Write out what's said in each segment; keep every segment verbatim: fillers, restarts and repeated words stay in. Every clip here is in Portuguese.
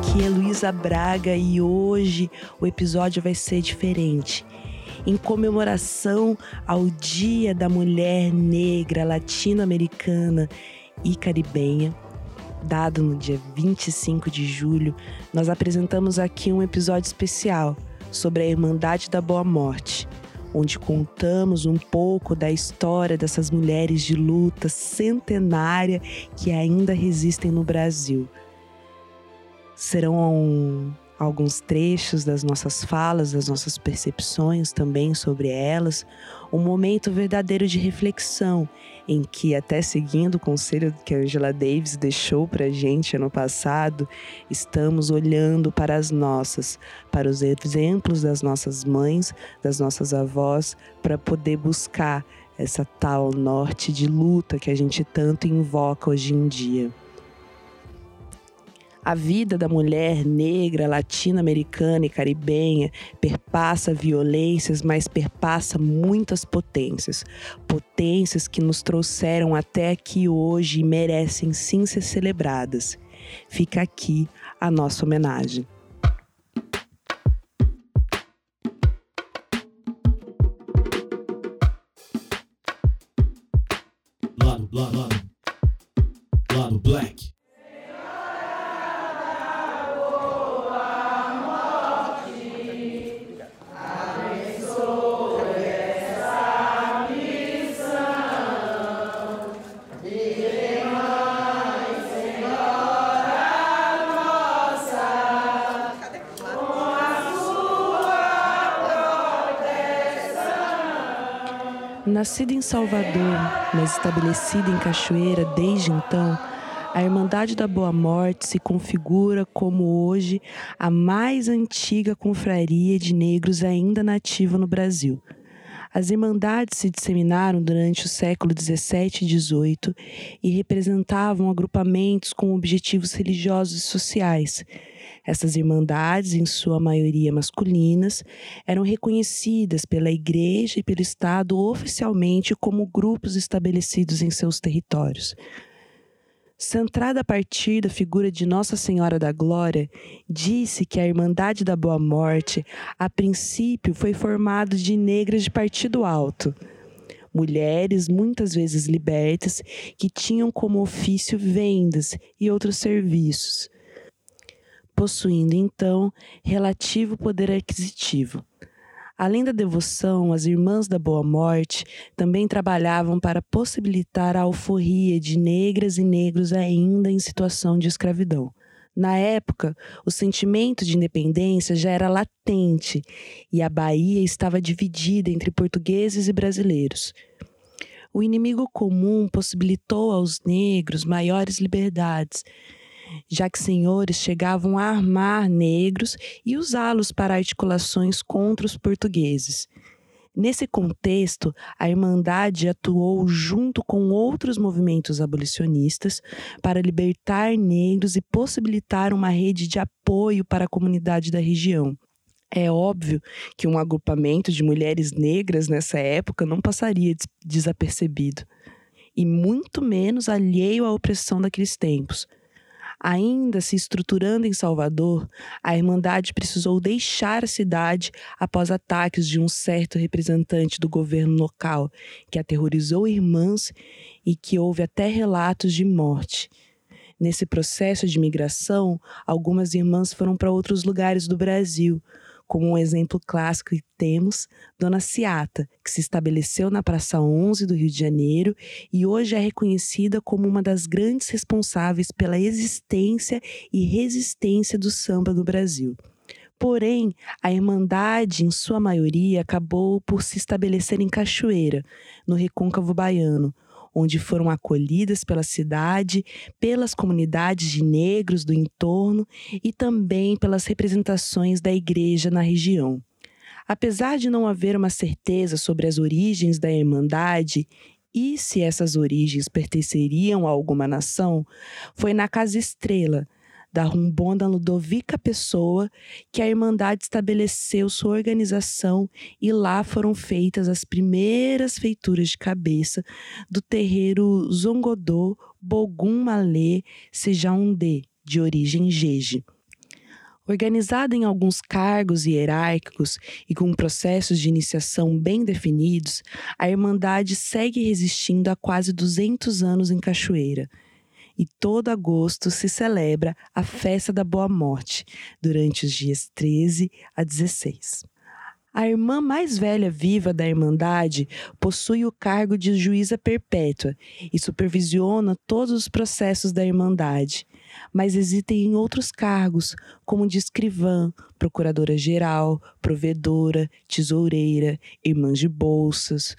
aqui é Luísa Braga e hoje o episódio vai ser diferente. Em comemoração ao Dia da Mulher Negra Latino-Americana e Caribenha, dado no dia vinte e cinco de julho, nós apresentamos aqui um episódio especial sobre a Irmandade da Boa Morte, onde contamos um pouco da história dessas mulheres de luta centenária que ainda resistem no Brasil. Serão alguns trechos das nossas falas, das nossas percepções também sobre elas, um momento verdadeiro de reflexão, em que, até seguindo o conselho que a Angela Davis deixou pra gente ano passado, estamos olhando para as nossas, para os exemplos das nossas mães, das nossas avós, para poder buscar essa tal norte de luta que a gente tanto invoca hoje em dia. A vida da mulher negra, latino-americana e caribenha perpassa violências, mas perpassa muitas potências. Potências que nos trouxeram até aqui hoje e merecem sim ser celebradas. Fica aqui a nossa homenagem. Lado, lado, lado, lado black. Nascida em Salvador, mas estabelecida em Cachoeira desde então, a Irmandade da Boa Morte se configura como hoje a mais antiga confraria de negros ainda nativa no Brasil. As Irmandades se disseminaram durante o século dezessete e dezoito e representavam agrupamentos com objetivos religiosos e sociais. Essas irmandades, em sua maioria masculinas, eram reconhecidas pela Igreja e pelo Estado oficialmente como grupos estabelecidos em seus territórios. Centrada a partir da figura de Nossa Senhora da Glória, disse que a Irmandade da Boa Morte, a princípio, foi formada de negras de partido alto. Mulheres, muitas vezes libertas, que tinham como ofício vendas e outros serviços, possuindo, então, relativo poder aquisitivo. Além da devoção, as Irmãs da Boa Morte também trabalhavam para possibilitar a alforria de negras e negros ainda em situação de escravidão. Na época, o sentimento de independência já era latente e a Bahia estava dividida entre portugueses e brasileiros. O inimigo comum possibilitou aos negros maiores liberdades, já que senhores chegavam a armar negros e usá-los para articulações contra os portugueses. Nesse contexto, a Irmandade atuou junto com outros movimentos abolicionistas para libertar negros e possibilitar uma rede de apoio para a comunidade da região. É óbvio que um agrupamento de mulheres negras nessa época não passaria des- desapercebido, e muito menos alheio à opressão daqueles tempos. Ainda se estruturando em Salvador, a Irmandade precisou deixar a cidade após ataques de um certo representante do governo local, que aterrorizou irmãs e que houve até relatos de morte. Nesse processo de migração, algumas irmãs foram para outros lugares do Brasil. Como um exemplo clássico que temos, Dona Ciata, que se estabeleceu na Praça onze do Rio de Janeiro e hoje é reconhecida como uma das grandes responsáveis pela existência e resistência do samba no Brasil. Porém, a Irmandade, em sua maioria, acabou por se estabelecer em Cachoeira, no Recôncavo Baiano, onde foram acolhidas pela cidade, pelas comunidades de negros do entorno e também pelas representações da igreja na região. Apesar de não haver uma certeza sobre as origens da Irmandade e se essas origens pertenceriam a alguma nação, foi na Casa Estrela, da Rumbonda Ludovica Pessoa, que a Irmandade estabeleceu sua organização e lá foram feitas as primeiras feituras de cabeça do terreiro Zongodô Bogum Malê Sejaundê, de origem Jeje. Organizada em alguns cargos hierárquicos e com processos de iniciação bem definidos, a Irmandade segue resistindo há quase duzentos anos em Cachoeira. E todo agosto se celebra a Festa da Boa Morte, durante os dias treze a dezesseis. A irmã mais velha viva da Irmandade possui o cargo de juíza perpétua e supervisiona todos os processos da Irmandade, mas existem em outros cargos, como de escrivã, procuradora-geral, provedora, tesoureira, irmã de bolsas.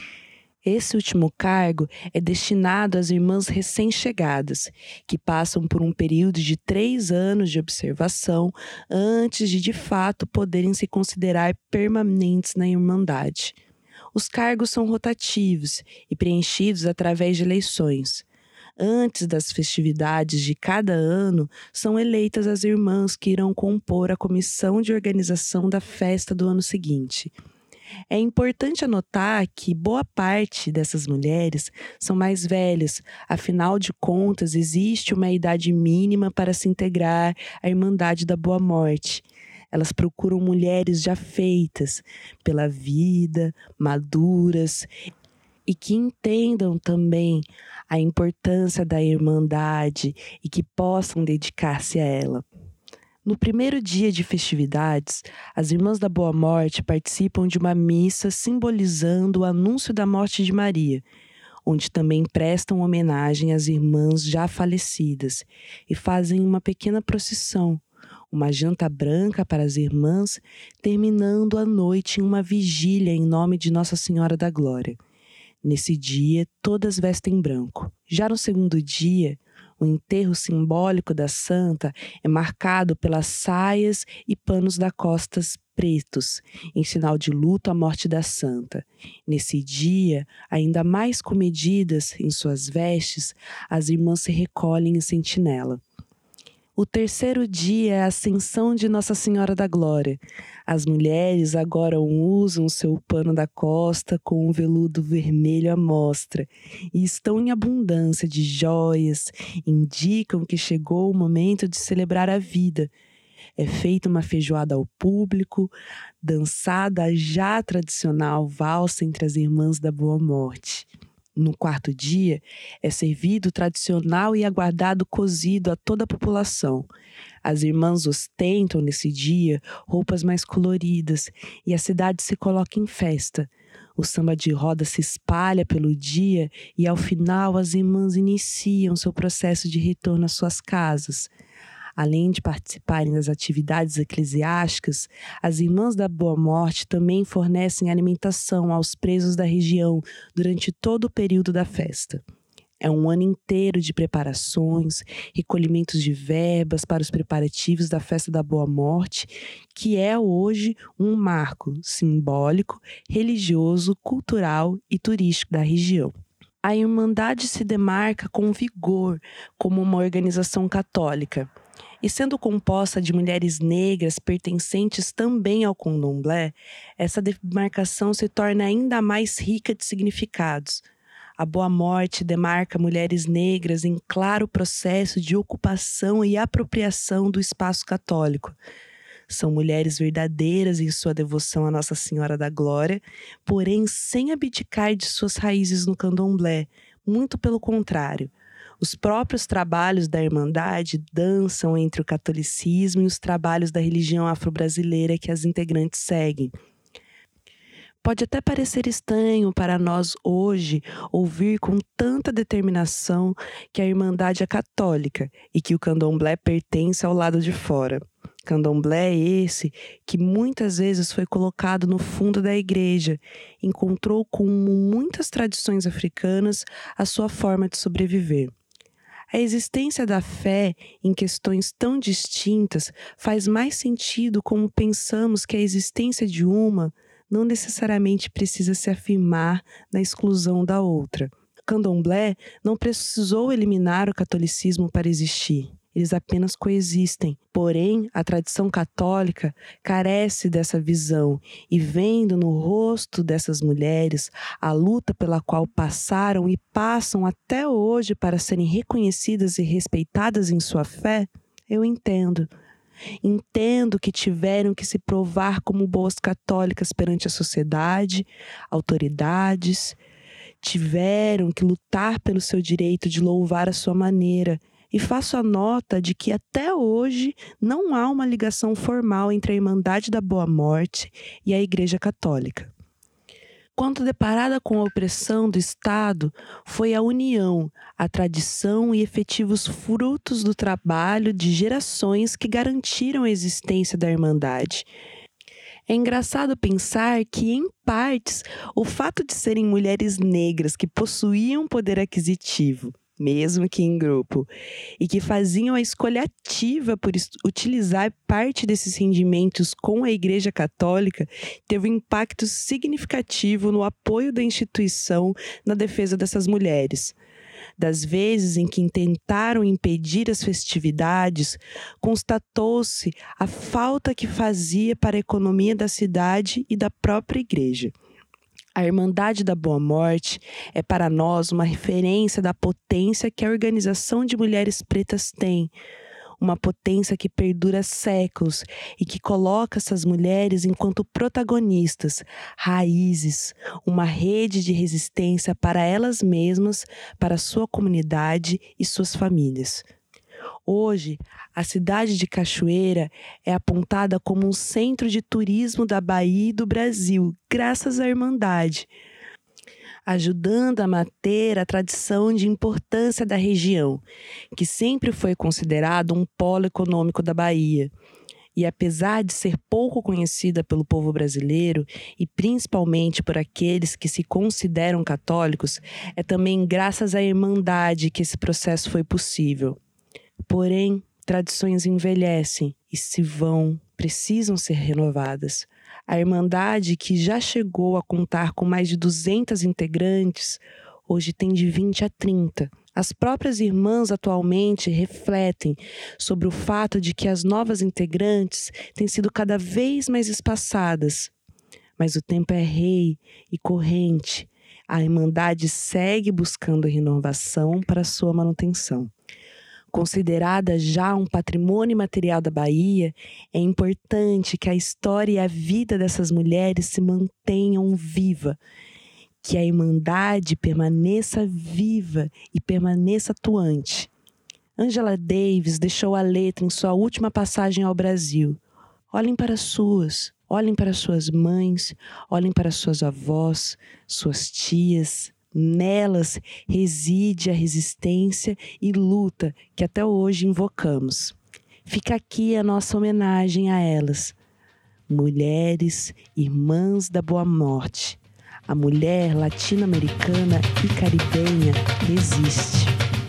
Esse último cargo é destinado às irmãs recém-chegadas, que passam por um período de três anos de observação antes de, de fato, poderem se considerar permanentes na Irmandade. Os cargos são rotativos e preenchidos através de eleições. Antes das festividades de cada ano, são eleitas as irmãs que irão compor a comissão de organização da festa do ano seguinte. É importante anotar que boa parte dessas mulheres são mais velhas, afinal de contas, existe uma idade mínima para se integrar à Irmandade da Boa Morte. Elas procuram mulheres já feitas pela vida, maduras, e que entendam também a importância da Irmandade e que possam dedicar-se a ela. No primeiro dia de festividades, as Irmãs da Boa Morte participam de uma missa simbolizando o anúncio da morte de Maria, onde também prestam homenagem às irmãs já falecidas e fazem uma pequena procissão, uma janta branca para as irmãs, terminando a noite em uma vigília em nome de Nossa Senhora da Glória. Nesse dia, todas vestem branco. Já no segundo dia, o enterro simbólico da santa é marcado pelas saias e panos da costas pretos, em sinal de luto à morte da santa. Nesse dia, ainda mais comedidas em suas vestes, as irmãs se recolhem em sentinela. O terceiro dia é a Ascensão de Nossa Senhora da Glória. As mulheres agora usam seu pano da costa com um veludo vermelho à mostra e estão em abundância de joias, indicam que chegou o momento de celebrar a vida. É feita uma feijoada ao público, dançada a já tradicional valsa entre as irmãs da Boa Morte. No quarto dia, é servido o tradicional e aguardado cozido a toda a população. As irmãs ostentam nesse dia roupas mais coloridas e a cidade se coloca em festa. O samba de roda se espalha pelo dia e, ao final, as irmãs iniciam seu processo de retorno às suas casas. Além de participarem das atividades eclesiásticas, as Irmãs da Boa Morte também fornecem alimentação aos presos da região durante todo o período da festa. É um ano inteiro de preparações, recolhimentos de verbas para os preparativos da Festa da Boa Morte, que é hoje um marco simbólico, religioso, cultural e turístico da região. A Irmandade se demarca com vigor como uma organização católica. E sendo composta de mulheres negras pertencentes também ao candomblé, essa demarcação se torna ainda mais rica de significados. A Boa Morte demarca mulheres negras em claro processo de ocupação e apropriação do espaço católico. São mulheres verdadeiras em sua devoção à Nossa Senhora da Glória, porém sem abdicar de suas raízes no candomblé, muito pelo contrário. Os próprios trabalhos da Irmandade dançam entre o catolicismo e os trabalhos da religião afro-brasileira que as integrantes seguem. Pode até parecer estranho para nós hoje ouvir com tanta determinação que a Irmandade é católica e que o candomblé pertence ao lado de fora. Candomblé é esse que muitas vezes foi colocado no fundo da igreja, encontrou como muitas tradições africanas a sua forma de sobreviver. A existência da fé em questões tão distintas faz mais sentido como pensamos que a existência de uma não necessariamente precisa se afirmar na exclusão da outra. O candomblé não precisou eliminar o catolicismo para existir. Eles apenas coexistem. Porém, a tradição católica carece dessa visão e, vendo no rosto dessas mulheres a luta pela qual passaram e passam até hoje para serem reconhecidas e respeitadas em sua fé, eu entendo. Entendo que tiveram que se provar como boas católicas perante a sociedade, autoridades, tiveram que lutar pelo seu direito de louvar a sua maneira. E faço a nota de que até hoje não há uma ligação formal entre a Irmandade da Boa Morte e a Igreja Católica. Quando deparada com a opressão do Estado, foi a união, a tradição e efetivos frutos do trabalho de gerações que garantiram a existência da Irmandade. É engraçado pensar que, em partes, o fato de serem mulheres negras que possuíam poder aquisitivo, mesmo que em grupo, e que faziam a escolha ativa por utilizar parte desses rendimentos com a Igreja Católica, teve um impacto significativo no apoio da instituição na defesa dessas mulheres. Das vezes em que tentaram impedir as festividades, constatou-se a falta que fazia para a economia da cidade e da própria igreja. A Irmandade da Boa Morte é para nós uma referência da potência que a organização de mulheres pretas tem, uma potência que perdura séculos e que coloca essas mulheres enquanto protagonistas, raízes, uma rede de resistência para elas mesmas, para sua comunidade e suas famílias. Hoje, a cidade de Cachoeira é apontada como um centro de turismo da Bahia e do Brasil, graças à Irmandade, ajudando a manter a tradição de importância da região, que sempre foi considerado um polo econômico da Bahia. E apesar de ser pouco conhecida pelo povo brasileiro, e principalmente por aqueles que se consideram católicos, é também graças à Irmandade que esse processo foi possível. Porém, tradições envelhecem e se vão, precisam ser renovadas. A Irmandade, que já chegou a contar com mais de duzentas integrantes, hoje tem de vinte a trinta. As próprias irmãs atualmente refletem sobre o fato de que as novas integrantes têm sido cada vez mais espaçadas. Mas o tempo é rei e corrente. A Irmandade segue buscando renovação para sua manutenção. Considerada já um patrimônio imaterial da Bahia, é importante que a história e a vida dessas mulheres se mantenham viva, que a Irmandade permaneça viva e permaneça atuante. Angela Davis deixou a letra em sua última passagem ao Brasil. Olhem para as suas, olhem para suas mães, olhem para suas avós, suas tias. Nelas reside a resistência e luta que até hoje invocamos. Fica aqui a nossa homenagem a elas. Mulheres, irmãs da Boa Morte. A mulher latino-americana e caribenha resiste.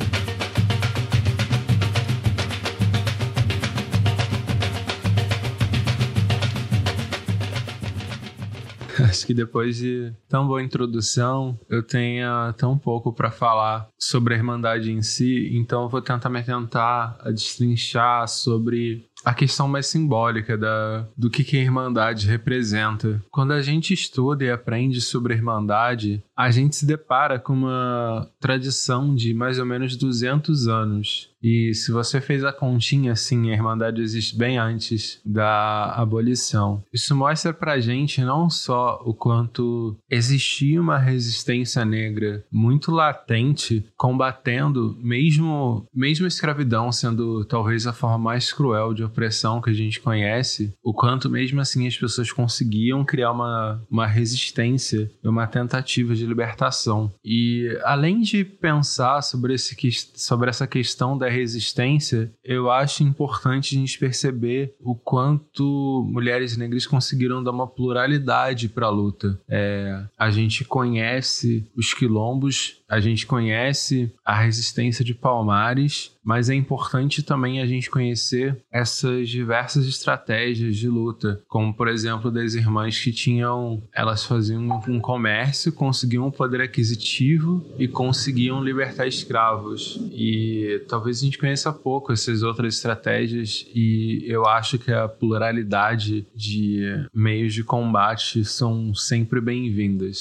Acho que depois de tão boa introdução, eu tenha tão pouco para falar sobre a Irmandade em si, então eu vou tentar me atentar a destrinchar sobre a questão mais simbólica da, do que, que a Irmandade representa. Quando a gente estuda e aprende sobre a Irmandade, a gente se depara com uma tradição de mais ou menos duzentos anos. E se você fez a continha, sim, a Irmandade existe bem antes da abolição. Isso mostra pra gente não só o quanto existia uma resistência negra muito latente, combatendo, mesmo, mesmo a escravidão sendo talvez a forma mais cruel de opressão que a gente conhece, o quanto mesmo assim as pessoas conseguiam criar uma, uma resistência e uma tentativa de libertação. E além de pensar sobre, esse, sobre essa questão da resistência, eu acho importante a gente perceber o quanto mulheres negras conseguiram dar uma pluralidade para a luta. É, a gente conhece os quilombos, a gente conhece a resistência de Palmares, mas é importante também a gente conhecer essas diversas estratégias de luta, como por exemplo das irmãs que tinham, elas faziam um comércio, conseguiam um poder aquisitivo e conseguiam libertar escravos. E talvez a gente conheça pouco essas outras estratégias, e eu acho que a pluralidade de meios de combate são sempre bem-vindas.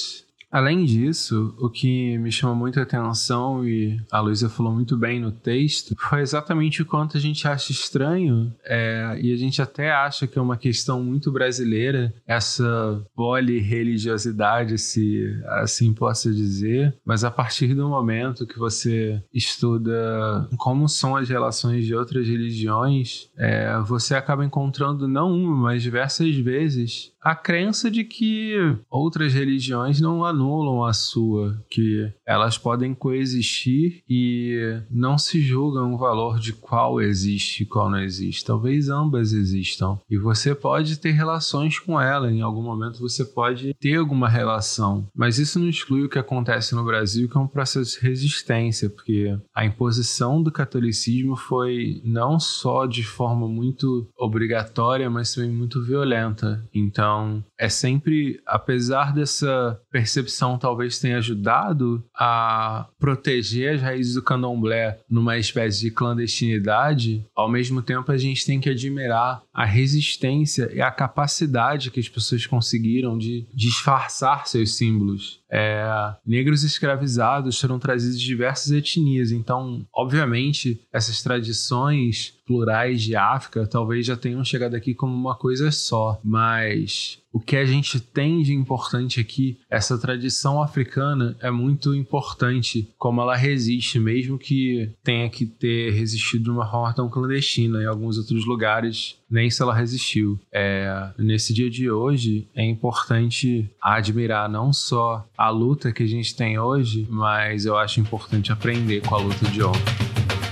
Além disso, o que me chama muita atenção, e a Luísa falou muito bem no texto, foi exatamente o quanto a gente acha estranho, é, e a gente até acha que é uma questão muito brasileira, essa polirreligiosidade, se assim possa dizer, mas a partir do momento que você estuda como são as relações de outras religiões, é, você acaba encontrando não uma, mas diversas vezes a crença de que outras religiões não anulam a sua, que elas podem coexistir e não se julgam o valor de qual existe e qual não existe. Talvez ambas existam. E você pode ter relações com ela, em algum momento você pode ter alguma relação. Mas isso não exclui o que acontece no Brasil, que é um processo de resistência, porque a imposição do catolicismo foi não só de forma muito obrigatória, mas também muito violenta. Então, é sempre, apesar dessa percepção talvez tenha ajudado a proteger as raízes do candomblé numa espécie de clandestinidade, ao mesmo tempo a gente tem que admirar a resistência e a capacidade que as pessoas conseguiram de disfarçar seus símbolos. É, negros escravizados foram trazidos de diversas etnias, então, obviamente, essas tradições plurais de África talvez já tenham chegado aqui como uma coisa só, mas o que a gente tem de importante aqui, essa tradição africana é muito importante, como ela resiste, mesmo que tenha que ter resistido de uma forma tão clandestina. Em alguns outros lugares, nem se ela resistiu. É, nesse dia de hoje, é importante admirar não só a luta que a gente tem hoje, mas eu acho importante aprender com a luta de ontem.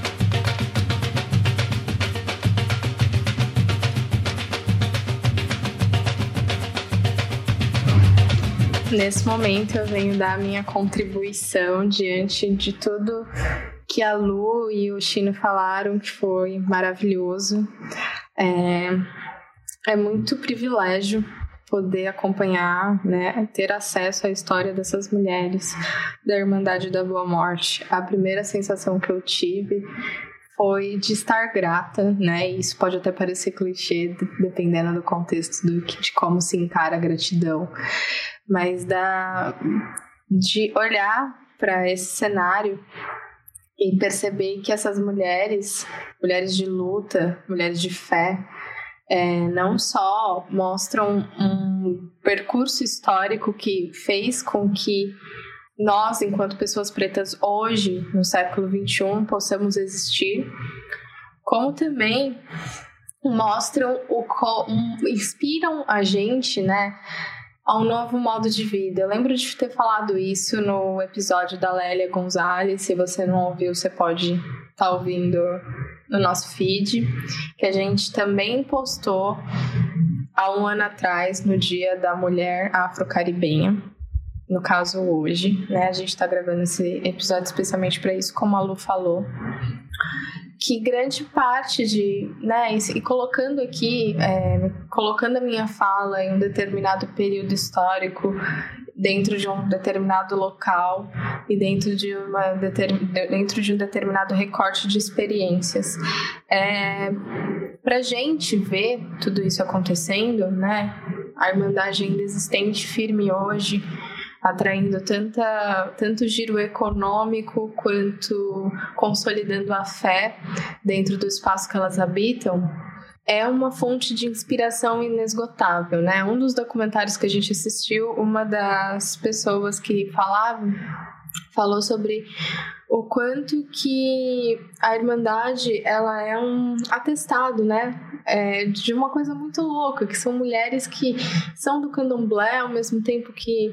Nesse momento eu venho dar a minha contribuição diante de tudo que a Lu e o Chino falaram, que foi maravilhoso. É, é muito privilégio poder acompanhar, né, ter acesso à história dessas mulheres da Irmandade da Boa Morte. A primeira sensação que eu tive foi de estar grata, né? E isso pode até parecer clichê, dependendo do contexto do, de como se encara a gratidão, mas da, de olhar para esse cenário e perceber que essas mulheres, mulheres de luta, mulheres de fé, é, não só mostram um percurso histórico que fez com que nós, enquanto pessoas pretas, hoje, no século vinte e um, possamos existir, como também mostram, o, um, inspiram a gente, né, a um novo modo de vida. Eu lembro de ter falado isso no episódio da Lélia Gonzalez. Se você não ouviu, você pode estar ouvindo no nosso feed, que a gente também postou há um ano atrás, no Dia da Mulher Afro-Caribenha. No caso, hoje, né? A gente está gravando esse episódio especialmente para isso, como a Lu falou. Que grande parte de, né, e colocando aqui, é, colocando a minha fala em um determinado período histórico, dentro de um determinado local e dentro de, uma determin, dentro de um determinado recorte de experiências. É, pra gente ver tudo isso acontecendo, né, a Irmandade ainda existente, firme hoje, atraindo tanta, tanto giro econômico quanto consolidando a fé dentro do espaço que elas habitam, é uma fonte de inspiração inesgotável, né? Um dos documentários que a gente assistiu, uma das pessoas que falavam, falou sobre o quanto que a Irmandade, ela é um atestado, né? É, de uma coisa muito louca, que são mulheres que são do candomblé, ao mesmo tempo que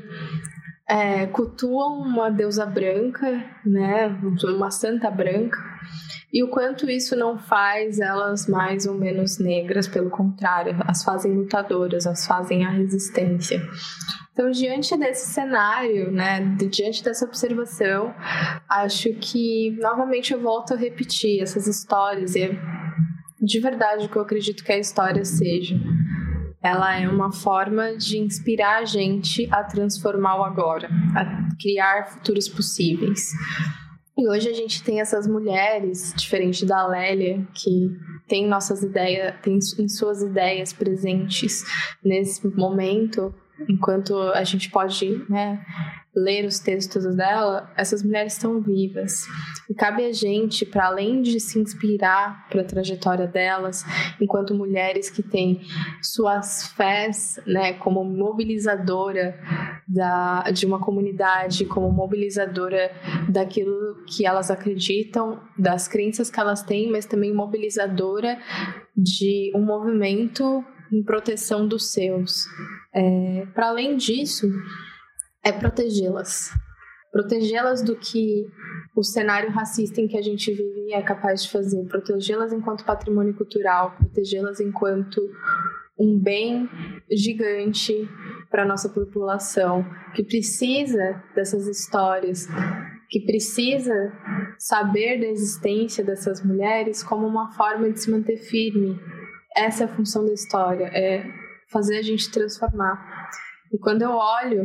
É, cultuam uma deusa branca, né, uma santa branca, e o quanto isso não faz elas mais ou menos negras, pelo contrário, as fazem lutadoras, as fazem a resistência. Então, diante desse cenário, né, diante dessa observação, acho que, novamente, eu volto a repetir essas histórias, e é de verdade o que eu acredito que a história seja. Ela é uma forma de inspirar a gente a transformar o agora, a criar futuros possíveis. E hoje a gente tem essas mulheres, diferente da Lélia, que tem nossas ideias, tem em suas ideias presentes nesse momento, enquanto a gente pode, né, ler os textos dela, essas mulheres estão vivas. E cabe a gente, para além de se inspirar para a trajetória delas, enquanto mulheres que têm suas fés, né, como mobilizadora da, de uma comunidade, como mobilizadora daquilo que elas acreditam, das crenças que elas têm, mas também mobilizadora de um movimento em proteção dos seus. É, para além disso, é protegê-las. Protegê-las do que o cenário racista em que a gente vive é capaz de fazer. Protegê-las enquanto patrimônio cultural. Protegê-las enquanto um bem gigante para a nossa população, que precisa dessas histórias, que precisa saber da existência dessas mulheres como uma forma de se manter firme. Essa é a função da história, é fazer a gente transformar. E quando eu olho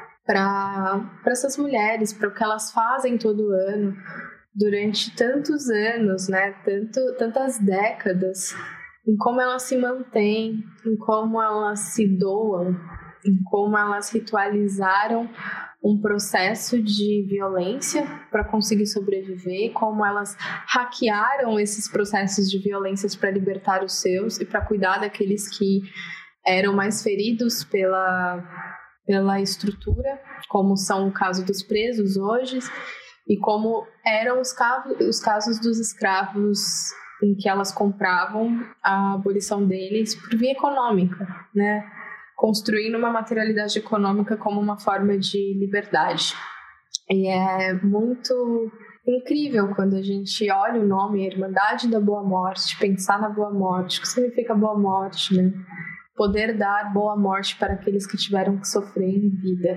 para essas mulheres, para o que elas fazem todo ano, durante tantos anos, né, tanto, tantas décadas, em como elas se mantêm, em como elas se doam, em como elas ritualizaram um processo de violência para conseguir sobreviver, como elas hackearam esses processos de violências para libertar os seus e para cuidar daqueles que eram mais feridos pela, pela estrutura, como são o caso dos presos hoje, e como eram os casos, os casos dos escravos em que elas compravam a abolição deles por via econômica, né? Construindo uma materialidade econômica como uma forma de liberdade. E é muito incrível quando a gente olha o nome Irmandade da Boa Morte, pensar na Boa Morte. O que significa Boa Morte, né? Poder dar boa morte para aqueles que tiveram que sofrer em vida.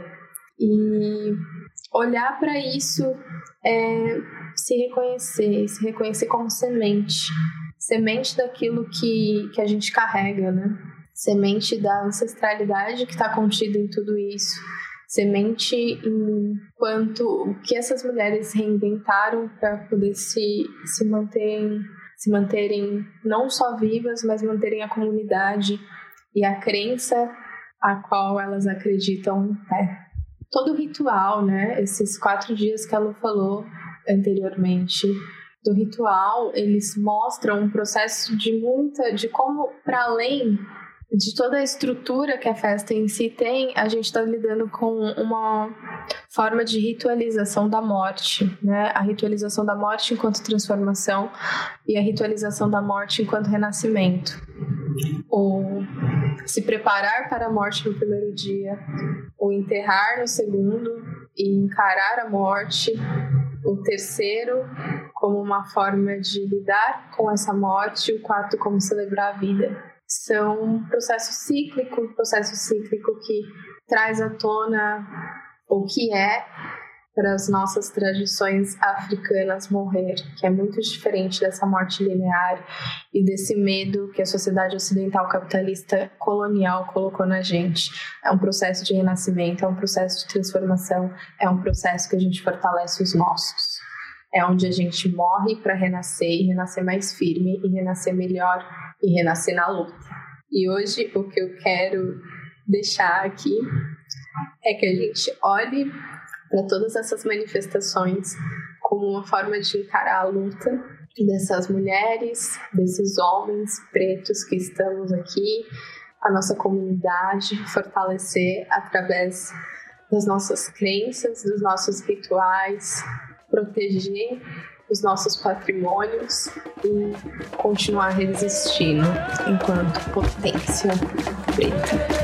E olhar para isso é se reconhecer, se reconhecer como semente. Semente daquilo que, que a gente carrega, né? Semente da ancestralidade que está contida em tudo isso. Semente enquanto o que essas mulheres reinventaram para poder se, se, manter, se manterem não só vivas, mas manterem a comunidade e a crença a qual elas acreditam em pé. Todo o ritual, né? Esses quatro dias que a Lu falou anteriormente, do ritual, eles mostram um processo de muita, de como, para além de toda a estrutura que a festa em si tem, a gente está lidando com uma forma de ritualização da morte, né? A ritualização da morte enquanto transformação e a ritualização da morte enquanto renascimento. O se preparar para a morte no primeiro dia, o enterrar no segundo e encarar a morte, o terceiro como uma forma de lidar com essa morte, e o quarto como celebrar a vida. São um processo cíclico, um processo cíclico que traz à tona o que é para as nossas tradições africanas morrer, que é muito diferente dessa morte linear e desse medo que a sociedade ocidental capitalista colonial colocou na gente. É um processo de renascimento, é um processo de transformação, é um processo que a gente fortalece os nossos. É onde a gente morre para renascer e renascer mais firme e renascer melhor e renascer na luta. E hoje o que eu quero deixar aqui é que a gente olhe para todas essas manifestações como uma forma de encarar a luta dessas mulheres, desses homens pretos que estamos aqui, a nossa comunidade, fortalecer através das nossas crenças, dos nossos rituais, proteger os nossos patrimônios e continuar resistindo enquanto potência preta.